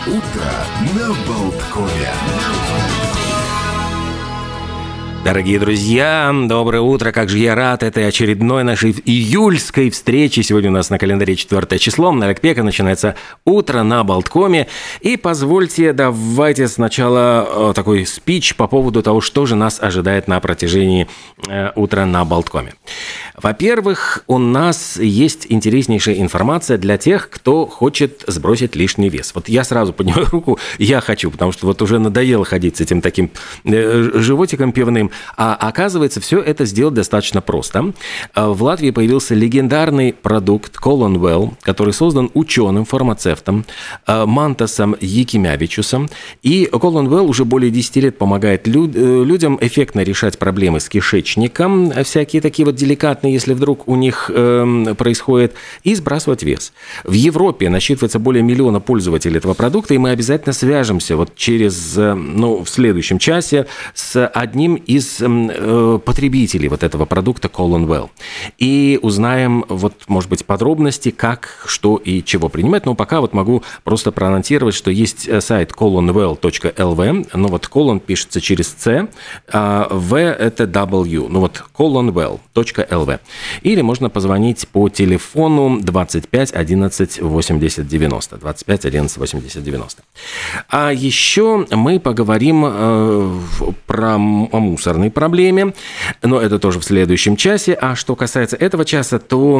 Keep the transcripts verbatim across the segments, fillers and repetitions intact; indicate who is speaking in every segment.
Speaker 1: Утро на Болткове.
Speaker 2: Дорогие друзья, доброе утро. Как же я рад этой очередной нашей июльской встрече. Сегодня у нас на календаре четвёртое число. Олег Пека, начинается утро на Болткоме. И позвольте, давайте сначала такой спич по поводу того, что же нас ожидает на протяжении утра на Болткоме. Во-первых, у нас есть интереснейшая информация для тех, кто хочет сбросить лишний вес. Вот я сразу поднимаю руку, я хочу, потому что вот уже надоело ходить с этим таким животиком пивным. А оказывается, все это сделать достаточно просто. В Латвии появился легендарный продукт Колонвелл, который создан ученым-фармацевтом Мантасом Якимявичусом. И Колонвелл уже более десять лет помогает людям эффектно решать проблемы с кишечником, всякие такие вот деликатные, если вдруг у них э, происходит, и сбрасывать вес. В Европе насчитывается более миллиона пользователей этого продукта, и мы обязательно свяжемся вот через, ну, в следующем часе с одним из э, потребителей вот этого продукта Colonwell. И узнаем, вот, может быть, подробности, как, что и чего принимать. Но пока вот могу просто проанонсировать, что есть сайт колонвелл точка эл ви. Ну вот Colon пишется через C, а V это W. Ну вот колонвелл точка эл ви. Или можно позвонить по телефону двадцать пять одиннадцать восемьдесят девяносто. двадцать пять одиннадцать восемьдесят девяносто. А еще мы поговорим э, про мусорные проблемы, но это тоже в следующем часе. А что касается этого часа, то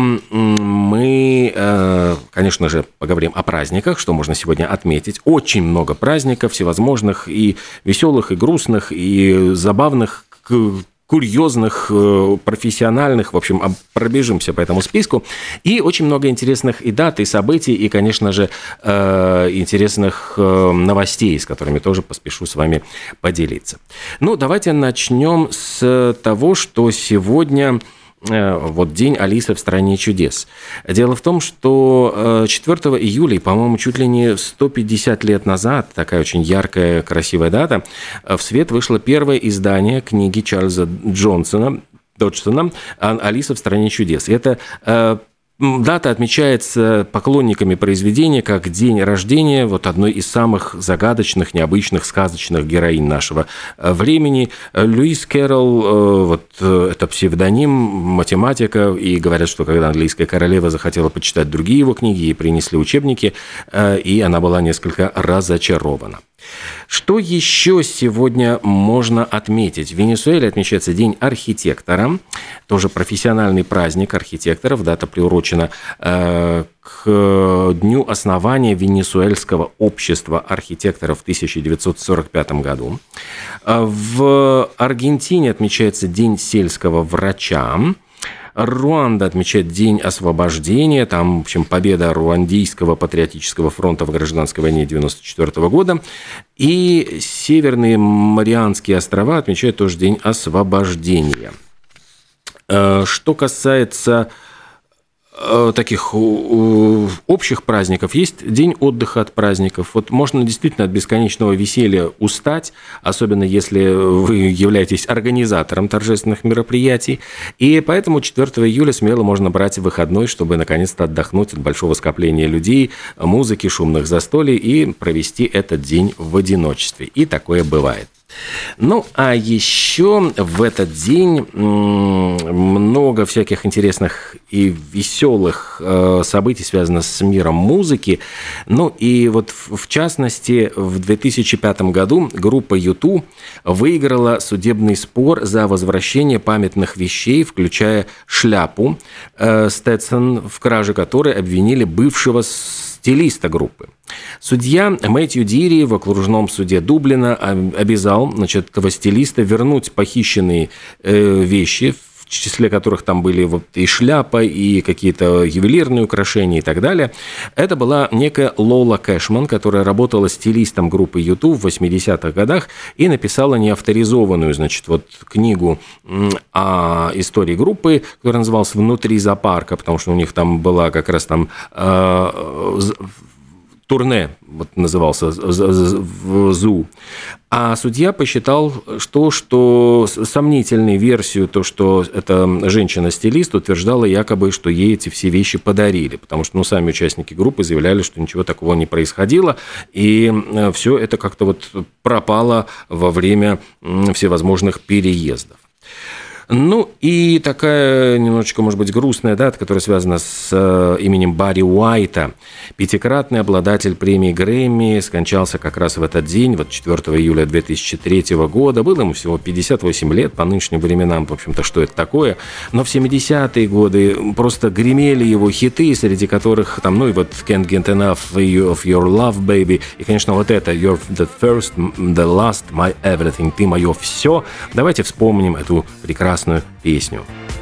Speaker 2: мы, э, конечно же, поговорим о праздниках, что можно сегодня отметить. Очень много праздников всевозможных, и веселых, и грустных, и забавных, курьезных, профессиональных, в общем, пробежимся по этому списку. И очень много интересных и дат, и событий, и, конечно же, интересных новостей, с которыми тоже поспешу с вами поделиться. Ну, давайте начнем с того, что сегодня вот день Алисы в стране чудес. Дело в том, что четвёртого июля, по-моему, чуть ли не сто пятьдесят лет назад, такая очень яркая, красивая дата, в свет вышло первое издание книги Чарльза Джонсона, Доджсона «Алиса в стране чудес». И это дата отмечается поклонниками произведения как день рождения вот одной из самых загадочных, необычных, сказочных героинь нашего времени. Льюис Кэрролл, вот это псевдоним, математика, и говорят, что когда английская королева захотела почитать другие его книги, ей принесли учебники, и она была несколько разочарована. Что еще сегодня можно отметить? В Венесуэле отмечается День архитектора, тоже профессиональный праздник архитекторов. Дата приурочена э, к дню основания Венесуэльского общества архитекторов в тысяча девятьсот сорок пятом году. В Аргентине отмечается День сельского врача. Руанда отмечает День освобождения, там, в общем, победа Руандийского патриотического фронта в гражданской войне девяносто четвёртого года. И Северные Марианские острова отмечают тоже День освобождения. Что касается таких общих праздников, есть день отдыха от праздников. Вот можно действительно от бесконечного веселья устать, особенно если вы являетесь организатором торжественных мероприятий. И поэтому четвёртого июля смело можно брать выходной, чтобы наконец-то отдохнуть от большого скопления людей, музыки, шумных застолий и провести этот день в одиночестве. И такое бывает. Ну, а еще в этот день много всяких интересных и веселых событий связано с миром музыки. Ну, и вот в частности, в две тысячи пятом году группа ю ту выиграла судебный спор за возвращение памятных вещей, включая шляпу Сtetson, в краже которой обвинили бывшего стилиста группы. Судья Мэтью Дири в окружном суде Дублина обязал, значит, этого стилиста вернуть похищенные э, вещи, в числе которых там были вот и шляпа, и какие-то ювелирные украшения и так далее. Это была некая Лола Кэшман, которая работала стилистом группы ю ту в восьмидесятых годах и написала неавторизованную, значит, вот книгу о истории группы, которая называлась «Внутри зоопарка», потому что у них там была как раз там... Э, турне, вот назывался в ЗУ. А судья посчитал, что, что сомнительной версию, то, что эта женщина-стилист утверждала якобы, что ей эти все вещи подарили, потому что ну, сами участники группы заявляли, что ничего такого не происходило, и все это как-то вот пропало во время всевозможных переездов. Ну, и такая немножечко, может быть, грустная дата, которая связана с э, именем Барри Уайта. Пятикратный обладатель премии Грэмми скончался как раз в этот день, вот четвёртого июля две тысячи третьего года. Было ему всего пятьдесят восемь лет, по нынешним временам, в общем-то, что это такое. Но в семидесятые годы просто гремели его хиты, среди которых, там, ну, и вот Can't Get Enough of Your Love, Baby. И, конечно, вот это You're the First, the Last, My Everything, Ты мое все. Давайте вспомним эту прекрасную песню.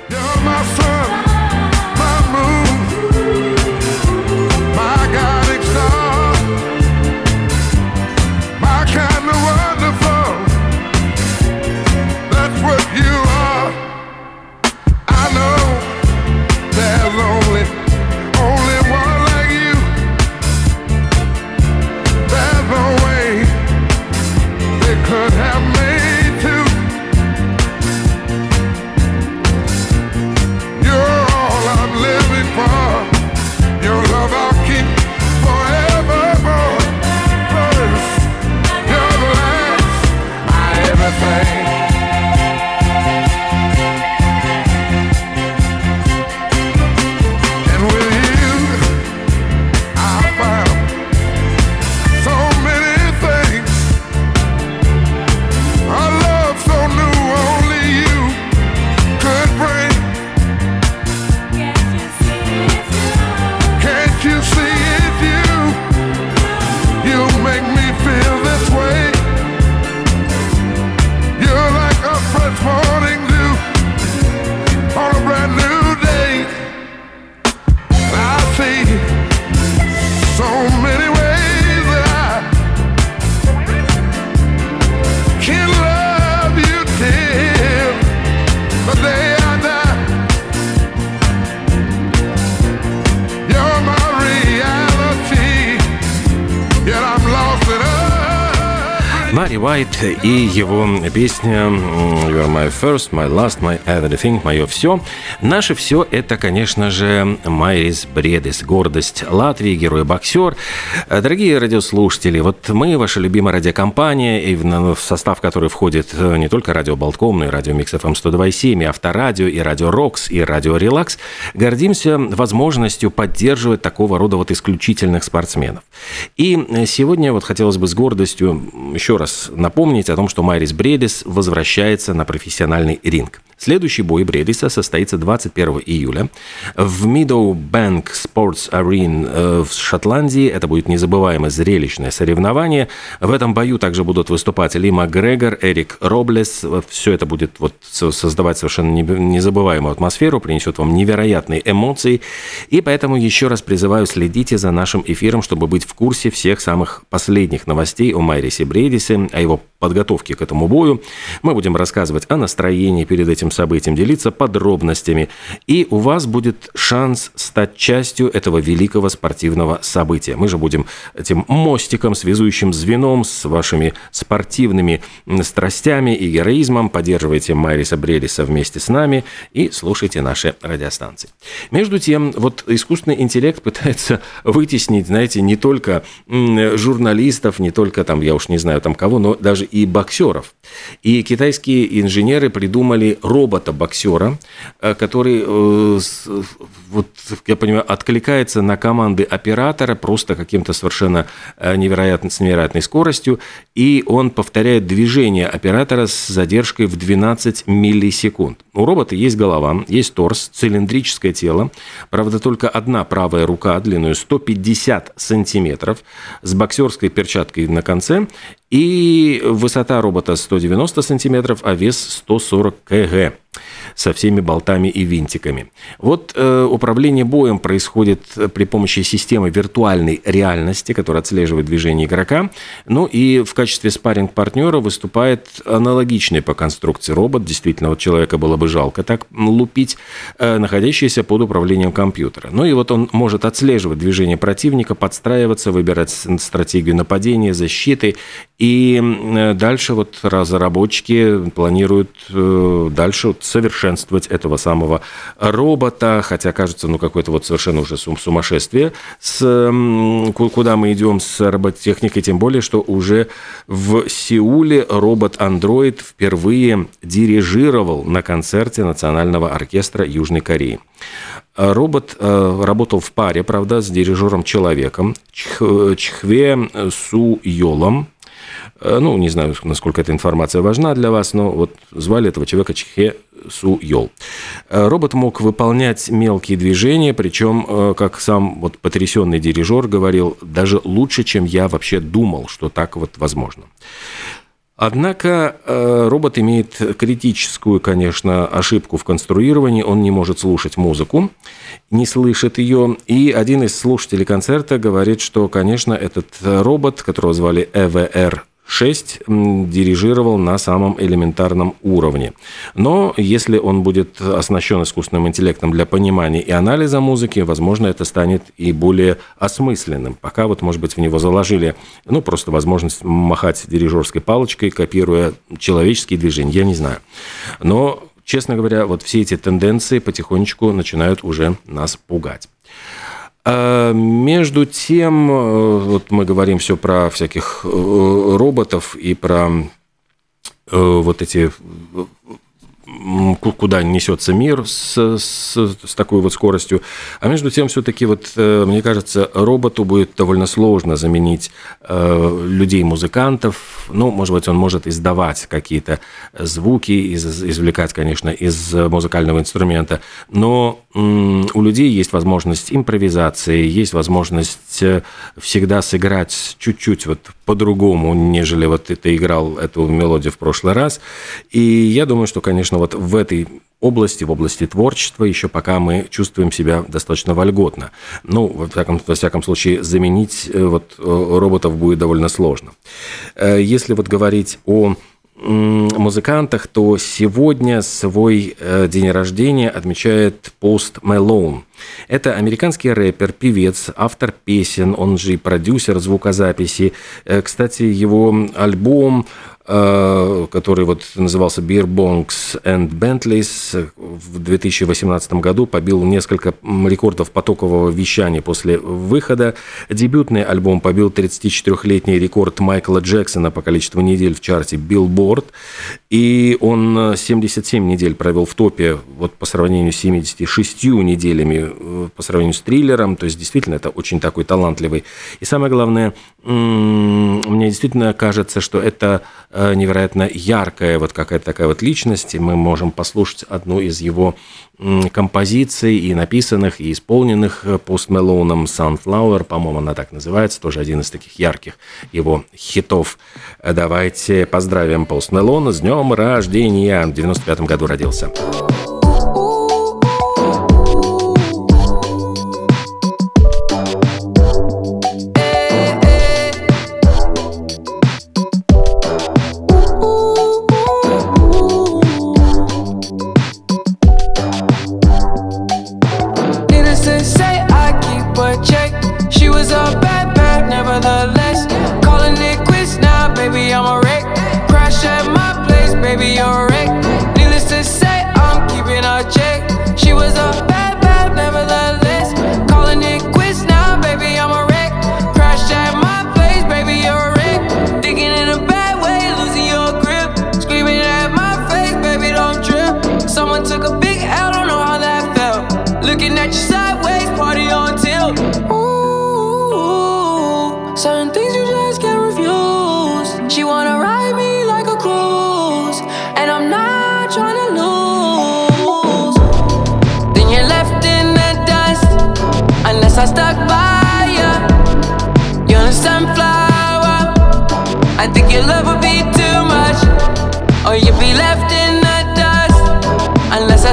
Speaker 2: Барри Уайт и его песня You're my first, my last, my everything, мое все. Наше все это, конечно же, Майрис Бредис, гордость Латвии, герой-боксер. Дорогие радиослушатели, вот мы, ваша любимая радиокомпания, и в состав которой входит не только радио Болтком, но и радио Микс эф эм сто два и семь, и Авторадио, и радио Рокс, и радио Релакс, гордимся возможностью поддерживать такого рода вот исключительных спортсменов. И сегодня вот хотелось бы с гордостью еще раз напомнить о том, что Майрис Бредис возвращается на профессиональный ринг. Следующий бой Бредиса состоится двадцать первого июля в Meadowbank Sports Arena в Шотландии. Это будет незабываемое зрелищное соревнование. В этом бою также будут выступать Ли Макгрегор, Эрик Роблес. Все это будет вот создавать совершенно незабываемую атмосферу, принесет вам невероятные эмоции. И поэтому еще раз призываю, следите за нашим эфиром, чтобы быть в курсе всех самых последних новостей о Майрисе Бредисе, о его подготовке к этому бою. Мы будем рассказывать о настроении перед этим событием, делиться подробностями. И у вас будет шанс стать частью этого великого спортивного события. Мы же будем этим мостиком, связующим звеном с вашими спортивными страстями и героизмом. Поддерживайте Майриса Бредиса вместе с нами и слушайте наши радиостанции. Между тем, вот искусственный интеллект пытается вытеснить, знаете, не только журналистов, не только там, я уж не знаю там кого, но даже и боксеров. И китайские инженеры придумали робота-боксера, который, вот, я понимаю, откликается на команды оператора просто каким-то совершенно невероятно, с невероятной скоростью, и он повторяет движение оператора с задержкой в двенадцать миллисекунд. У робота есть голова, есть торс, цилиндрическое тело, правда, только одна правая рука длиной сто пятьдесят сантиметров, с боксерской перчаткой на конце, и высота робота сто девяносто сантиметров, а вес сто сорок килограмм. со всеми болтами и винтиками. Вот э, управление боем происходит при помощи системы виртуальной реальности, которая отслеживает движение игрока. Ну и в качестве спарринг-партнера выступает аналогичный по конструкции робот. Действительно, вот человека было бы жалко так лупить, э, находящийся под управлением компьютера. Ну и вот он может отслеживать движение противника, подстраиваться, выбирать стратегию нападения, защиты. И дальше вот разработчики планируют дальше вот совершенствовать этого самого робота, хотя кажется, ну, какое-то вот совершенно уже сумасшествие, с, куда мы идем с робототехникой, тем более, что уже в Сеуле робот-андроид впервые дирижировал на концерте Национального оркестра Южной Кореи. Робот э, работал в паре, правда, с дирижером-человеком Чх, Чхве Су-Йолом. Э, ну, не знаю, насколько эта информация важна для вас, но вот звали этого человека Чхве Су-Йол. Э, робот мог выполнять мелкие движения, причем, э, как сам вот потрясенный дирижер говорил, даже лучше, чем я вообще думал, что так вот возможно. Однако робот имеет критическую, конечно, ошибку в конструировании. Он не может слушать музыку, не слышит ее. И один из слушателей концерта говорит, что, конечно, этот робот, которого звали и ви ар шесть, дирижировал на самом элементарном уровне. Но если он будет оснащен искусственным интеллектом для понимания и анализа музыки, возможно, это станет и более осмысленным. Пока вот, может быть, в него заложили, ну, просто возможность махать дирижерской палочкой, копируя человеческие движения, я не знаю. Но, честно говоря, вот все эти тенденции потихонечку начинают уже нас пугать. Между тем, вот мы говорим все про всяких роботов и про вот эти, куда несется мир с, с, с такой вот скоростью. А между тем, все-таки, вот, мне кажется, роботу будет довольно сложно заменить людей-музыкантов. Ну, может быть, он может издавать какие-то звуки, из, извлекать, конечно, из музыкального инструмента, но у людей есть возможность импровизации, есть возможность всегда сыграть чуть-чуть вот по-другому, нежели вот ты играл эту мелодию в прошлый раз. И я думаю, что, конечно, вот в этой области, в области творчества еще пока мы чувствуем себя достаточно вольготно. Ну, во всяком, во всяком случае, заменить вот роботов будет довольно сложно. Если вот говорить о музыкантах, то сегодня свой день рождения отмечает Пост Мэлоун. Это американский рэпер, певец, автор песен, он же и продюсер звукозаписи. Кстати, его альбом, который вот назывался Beer Bongs and Bentleys, в две тысячи восемнадцатом году побил несколько рекордов потокового вещания после выхода. Дебютный альбом побил тридцатичетырёхлетний рекорд Майкла Джексона по количеству недель в чарте Billboard. И он семьдесят семь недель провел в топе вот по сравнению с семьюдесятью шестью неделями по сравнению с Триллером. То есть, действительно, это очень такой талантливый. И самое главное, мне действительно кажется, что это невероятно яркая вот какая-то такая вот личность. И мы можем послушать одну из его композиций, и написанных, и исполненных Пост Мэлоуном, Sunflower, по-моему, она так называется, тоже один из таких ярких его хитов. Давайте поздравим Пост Мэлоуна с днем рождения. В девяносто пятом году родился.
Speaker 3: Or you'd be left in the dust unless I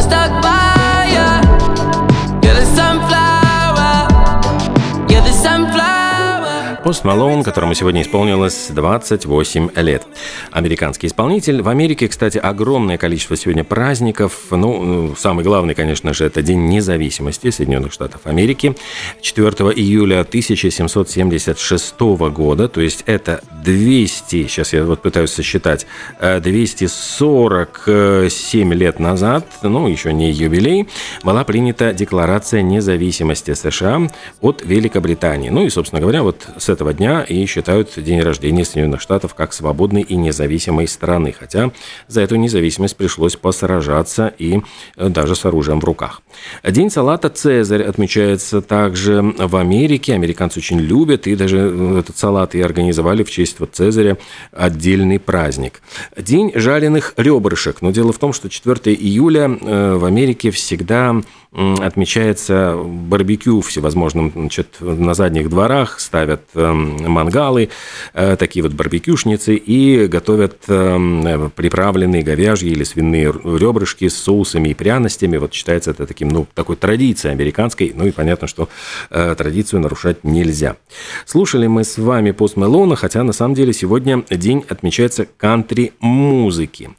Speaker 2: Пост Малоун, которому сегодня исполнилось двадцать восемь лет. Американский исполнитель. В Америке, кстати, огромное количество сегодня праздников. Ну, самый главный, конечно же, это День независимости Соединенных Штатов Америки. четвёртого июля тысяча семьсот семьдесят шестого года, то есть это двести, сейчас я вот пытаюсь сосчитать, двести сорок семь лет назад, ну, еще не юбилей, была принята Декларация независимости США от Великобритании. Ну и, собственно говоря, вот с этого дня и считают день рождения Соединенных Штатов как свободной и независимой страны. Хотя за эту независимость пришлось посражаться и даже с оружием в руках. День салата «Цезарь» отмечается также в Америке. Американцы очень любят, и даже этот салат и организовали в честь вот Цезаря отдельный праздник. День жареных ребрышек. Но дело в том, что четвёртого июля в Америке всегда отмечается барбекю всевозможным, значит, на задних дворах ставят мангалы, такие вот барбекюшницы, и готовят приправленные говяжьи или свиные ребрышки с соусами и пряностями. Вот считается это таким, ну, такой традицией американской, ну и понятно, что традицию нарушать нельзя. Слушали мы с вами Пост Мэлоуна, хотя на самом деле сегодня день отмечается кантри-музыки.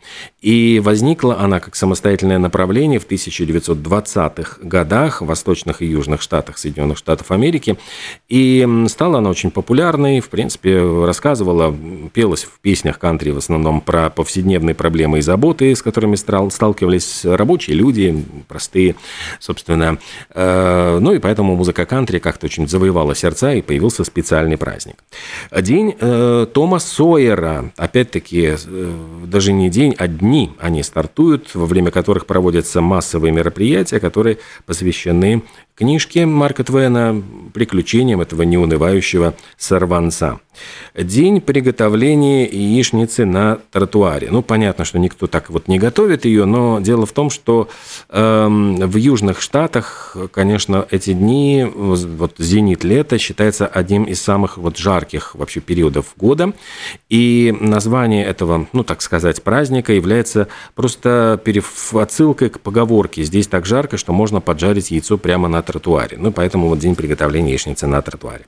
Speaker 2: И возникла она как самостоятельное направление в тысяча девятьсот двадцатых годах в восточных и южных штатах Соединенных Штатов Америки. И стала она очень популярной, в принципе, рассказывала, пелась в песнях кантри в основном про повседневные проблемы и заботы, с которыми сталкивались рабочие люди, простые, собственно. Ну и поэтому музыка кантри как-то очень завоевала сердца, и появился специальный праздник. День Тома Сойера. Опять-таки, даже не день, а дни они стартуют, во время которых проводятся массовые мероприятия, которые посвящены книжке Марка Твена «Приключениям этого неунывающего сорванца». День приготовления яичницы на тротуаре. Ну, понятно, что никто так вот не готовит ее, но дело в том, что э, в южных штатах, конечно, эти дни, вот зенит лета, считается одним из самых вот жарких вообще периодов года. И название этого, ну, так сказать, праздника является просто отсылкой к поговорке «здесь так жарко, что можно поджарить яйцо прямо на тротуаре». Ну, поэтому вот день приготовления яичницы на тротуаре.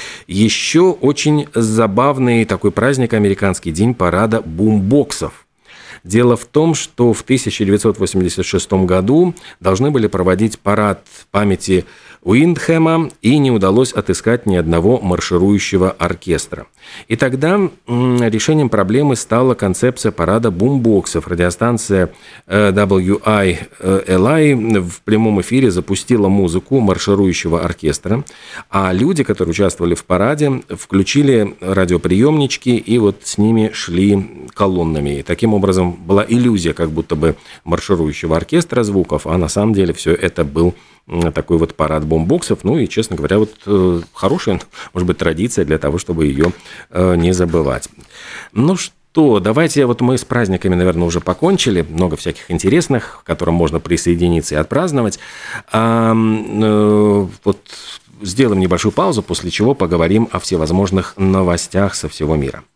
Speaker 2: Еще очень забавный такой праздник американский, день парада бумбоксов. Дело в том, что в тысяча девятьсот восемьдесят шестом году должны были проводить парад памяти Уиндхэма, и не удалось отыскать ни одного марширующего оркестра. И тогда решением проблемы стала концепция парада бумбоксов. Радиостанция дабл ю ай эл ай в прямом эфире запустила музыку марширующего оркестра, а люди, которые участвовали в параде, включили радиоприемнички и вот с ними шли колоннами. И таким образом была иллюзия как будто бы марширующего оркестра звуков, а на самом деле все это был такой вот парад бумбоксов. Ну и, честно говоря, вот э, хорошая, может быть, традиция для того, чтобы ее э, не забывать. Ну что, давайте, вот мы с праздниками, наверное, уже покончили. Много всяких интересных, к которым можно присоединиться и отпраздновать. А, э, вот сделаем небольшую паузу, после чего поговорим о всевозможных новостях со всего мира.